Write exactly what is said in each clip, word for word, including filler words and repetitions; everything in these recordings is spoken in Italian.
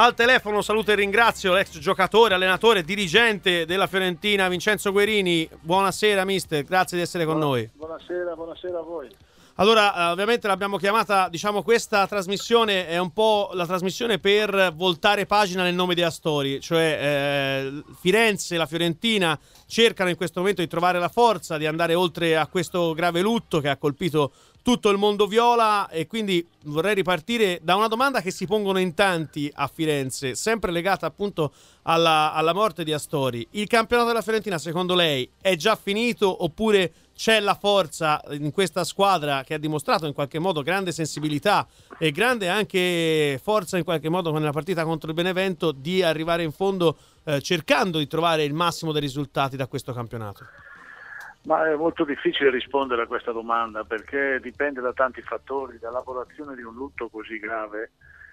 al telefono saluto e ringrazio l'ex giocatore, allenatore, dirigente della Fiorentina, Vincenzo Guerini. Buonasera mister, grazie di essere con Buona, noi. Buonasera, buonasera a voi. Allora, ovviamente l'abbiamo chiamata, diciamo, questa trasmissione è un po' la trasmissione per voltare pagina nel nome di Astori, cioè eh, Firenze, la Fiorentina cercano in questo momento di trovare la forza di andare oltre a questo grave lutto che ha colpito tutto il mondo viola, e quindi vorrei ripartire da una domanda che si pongono in tanti a Firenze, sempre legata appunto alla, alla morte di Astori. Il campionato della Fiorentina secondo lei è già finito, oppure c'è la forza in questa squadra che ha dimostrato in qualche modo grande sensibilità e grande anche forza in qualche modo nella partita contro il Benevento di arrivare in fondo eh, cercando di trovare il massimo dei risultati da questo campionato? Ma è molto difficile rispondere a questa domanda perché dipende da tanti fattori, dall'elaborazione di un lutto così grave,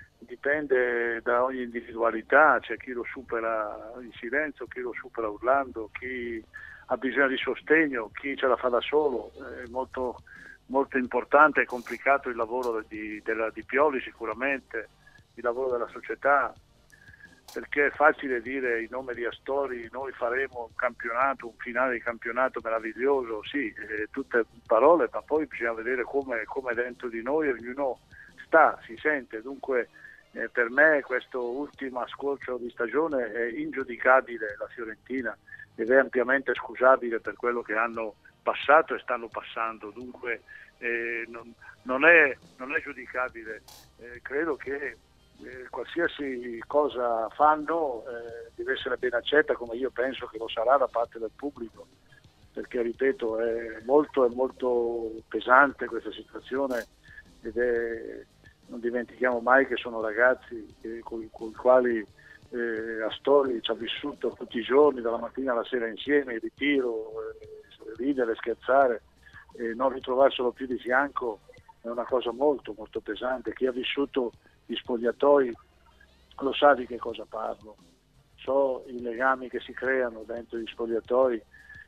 dipende da ogni individualità, c'è chi lo supera in silenzio, chi lo supera urlando, chi ha bisogno di sostegno, chi ce la fa da solo. È molto, molto importante e complicato il lavoro di, della, di Pioli sicuramente, il lavoro della società, perché è facile dire in nome di Astori noi faremo un campionato, un finale di campionato meraviglioso, sì, eh, tutte parole, ma poi bisogna vedere come, come dentro di noi ognuno sta, si sente. Dunque eh, per me questo ultimo scorcio di stagione è ingiudicabile la Fiorentina ed è ampiamente scusabile per quello che hanno passato e stanno passando, dunque eh, non, non, è, non è giudicabile. Eh, credo che Eh, qualsiasi cosa fanno eh, deve essere ben accetta, come io penso che lo sarà da parte del pubblico, perché ripeto è molto, è molto pesante questa situazione ed è, non dimentichiamo mai che sono ragazzi eh, con, con i quali eh, Astori ci ha vissuto tutti i giorni, dalla mattina alla sera insieme, il ritiro, eh, ridere, scherzare, e non ritrovarselo più di fianco è una cosa molto molto pesante. Chi ha vissuto gli spogliatoi lo sa di che cosa parlo, so i legami che si creano dentro gli spogliatoi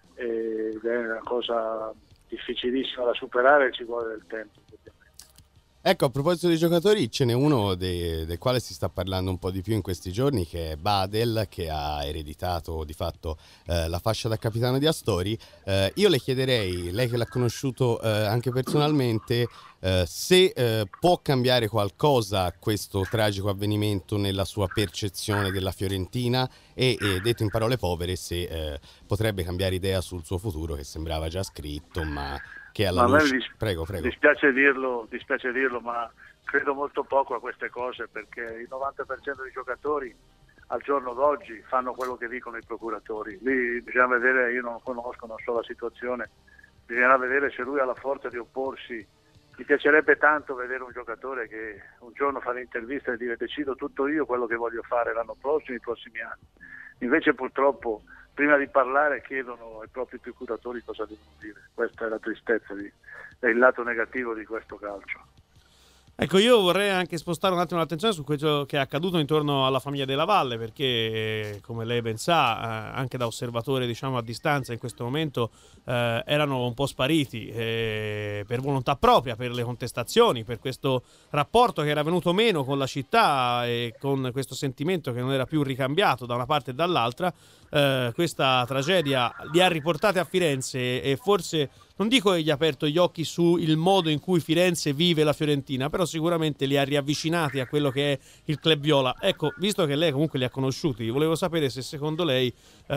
ed è una cosa difficilissima da superare e ci vuole del tempo. Ecco, a proposito dei giocatori, ce n'è uno dei, del quale si sta parlando un po' di più in questi giorni, che è Badel, che ha ereditato di fatto eh, la fascia da capitano di Astori. Eh, io le chiederei, lei che l'ha conosciuto eh, anche personalmente, eh, se eh, può cambiare qualcosa questo tragico avvenimento nella sua percezione della Fiorentina e, e detto in parole povere, se eh, potrebbe cambiare idea sul suo futuro, che sembrava già scritto, ma che alla ma luce... a me dis- prego, prego. Dispiace dirlo, dispiace dirlo, ma credo molto poco a queste cose, perché il novanta per cento dei giocatori al giorno d'oggi fanno quello che dicono i procuratori. Lì bisogna vedere, io non conosco, non so la situazione, bisognerà vedere se lui ha la forza di opporsi. Mi piacerebbe tanto vedere un giocatore che un giorno fa l'intervista e dire decido tutto io quello che voglio fare l'anno prossimo, i prossimi anni. Invece purtroppo prima di parlare chiedono ai propri procuratori cosa devono dire. Questa è la tristezza, di, è il lato negativo di questo calcio. Ecco, io vorrei anche spostare un attimo l'attenzione su quello che è accaduto intorno alla famiglia della Valle, perché come lei ben sa, anche da osservatore diciamo a distanza in questo momento eh, erano un po' spariti eh, per volontà propria, per le contestazioni, per questo rapporto che era venuto meno con la città e con questo sentimento che non era più ricambiato da una parte e dall'altra. Eh, questa tragedia li ha riportati a Firenze e forse, non dico che gli ha aperto gli occhi sul modo in cui Firenze vive la Fiorentina, però sicuramente li ha riavvicinati a quello che è il club viola. Ecco, visto che lei comunque li ha conosciuti, volevo sapere se secondo lei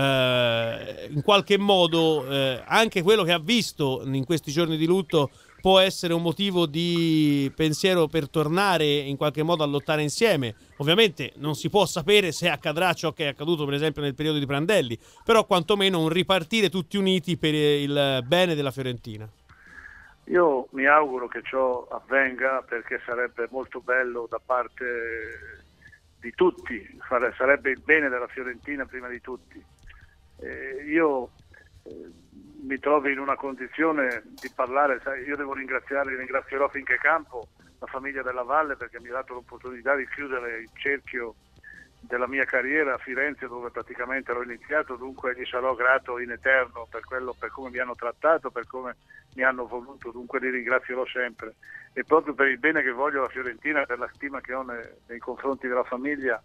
eh, in qualche modo eh, anche quello che ha visto in questi giorni di lutto può essere un motivo di pensiero per tornare in qualche modo a lottare insieme. Ovviamente non si può sapere se accadrà ciò che è accaduto per esempio nel periodo di Prandelli, però quantomeno un ripartire tutti uniti per il bene della Fiorentina. Io mi auguro che ciò avvenga, perché sarebbe molto bello da parte di tutti, sarebbe il bene della Fiorentina prima di tutti. Eh, io eh, mi trovo in una condizione di parlare, sai, io devo ringraziare, ringrazierò finché campo la famiglia della Valle, perché mi ha dato l'opportunità di chiudere il cerchio della mia carriera a Firenze, dove praticamente ero iniziato, dunque gli sarò grato in eterno per quello, per come mi hanno trattato, per come mi hanno voluto, dunque li ringrazierò sempre. E proprio per il bene che voglio alla Fiorentina, per la stima che ho nei, nei confronti della famiglia,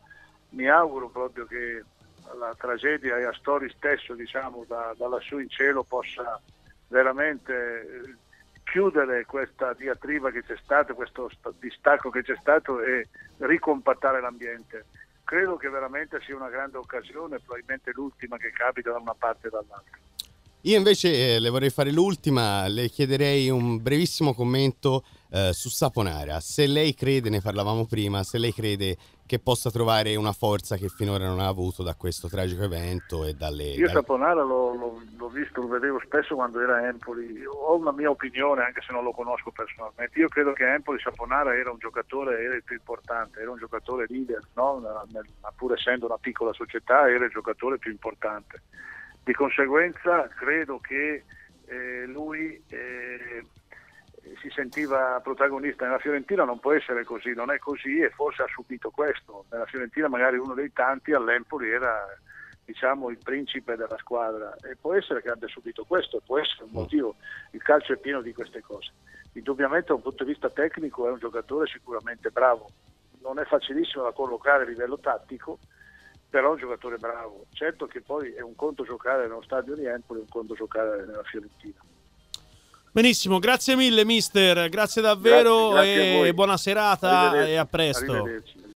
mi auguro proprio che la tragedia e Astori stesso, diciamo, da, da lassù in cielo possa veramente chiudere questa diatriba che c'è stata, questo distacco che c'è stato e ricompattare l'ambiente. Credo che veramente sia una grande occasione, probabilmente l'ultima che capita da una parte e dall'altra. Io invece eh, le vorrei fare l'ultima, le chiederei un brevissimo commento eh, su Saponara. Se lei crede, ne parlavamo prima, se lei crede che possa trovare una forza che finora non ha avuto da questo tragico evento e dalle... Io dalle... Saponara l'ho, l'ho, l'ho visto, lo vedevo spesso quando era a Empoli. Ho una mia opinione, anche se non lo conosco personalmente. Io credo che a Empoli Saponara era un giocatore, era il più importante, era un giocatore leader, no? Pur essendo una piccola società, era il giocatore più importante. Di conseguenza credo che eh, lui eh, si sentiva protagonista. Nella Fiorentina non può essere così, non è così e forse ha subito questo. Nella Fiorentina magari uno dei tanti, all'Empoli era, diciamo, il principe della squadra e può essere che abbia subito questo, può essere un motivo. Il calcio è pieno di queste cose. Indubbiamente da un punto di vista tecnico è un giocatore sicuramente bravo, non è facilissimo da collocare a livello tattico, però è un giocatore bravo. Certo che poi è un conto giocare nello stadio di Empoli, è un conto giocare nella Fiorentina. Benissimo, grazie mille mister, grazie davvero, grazie, grazie e buona serata e a presto. Arrivederci.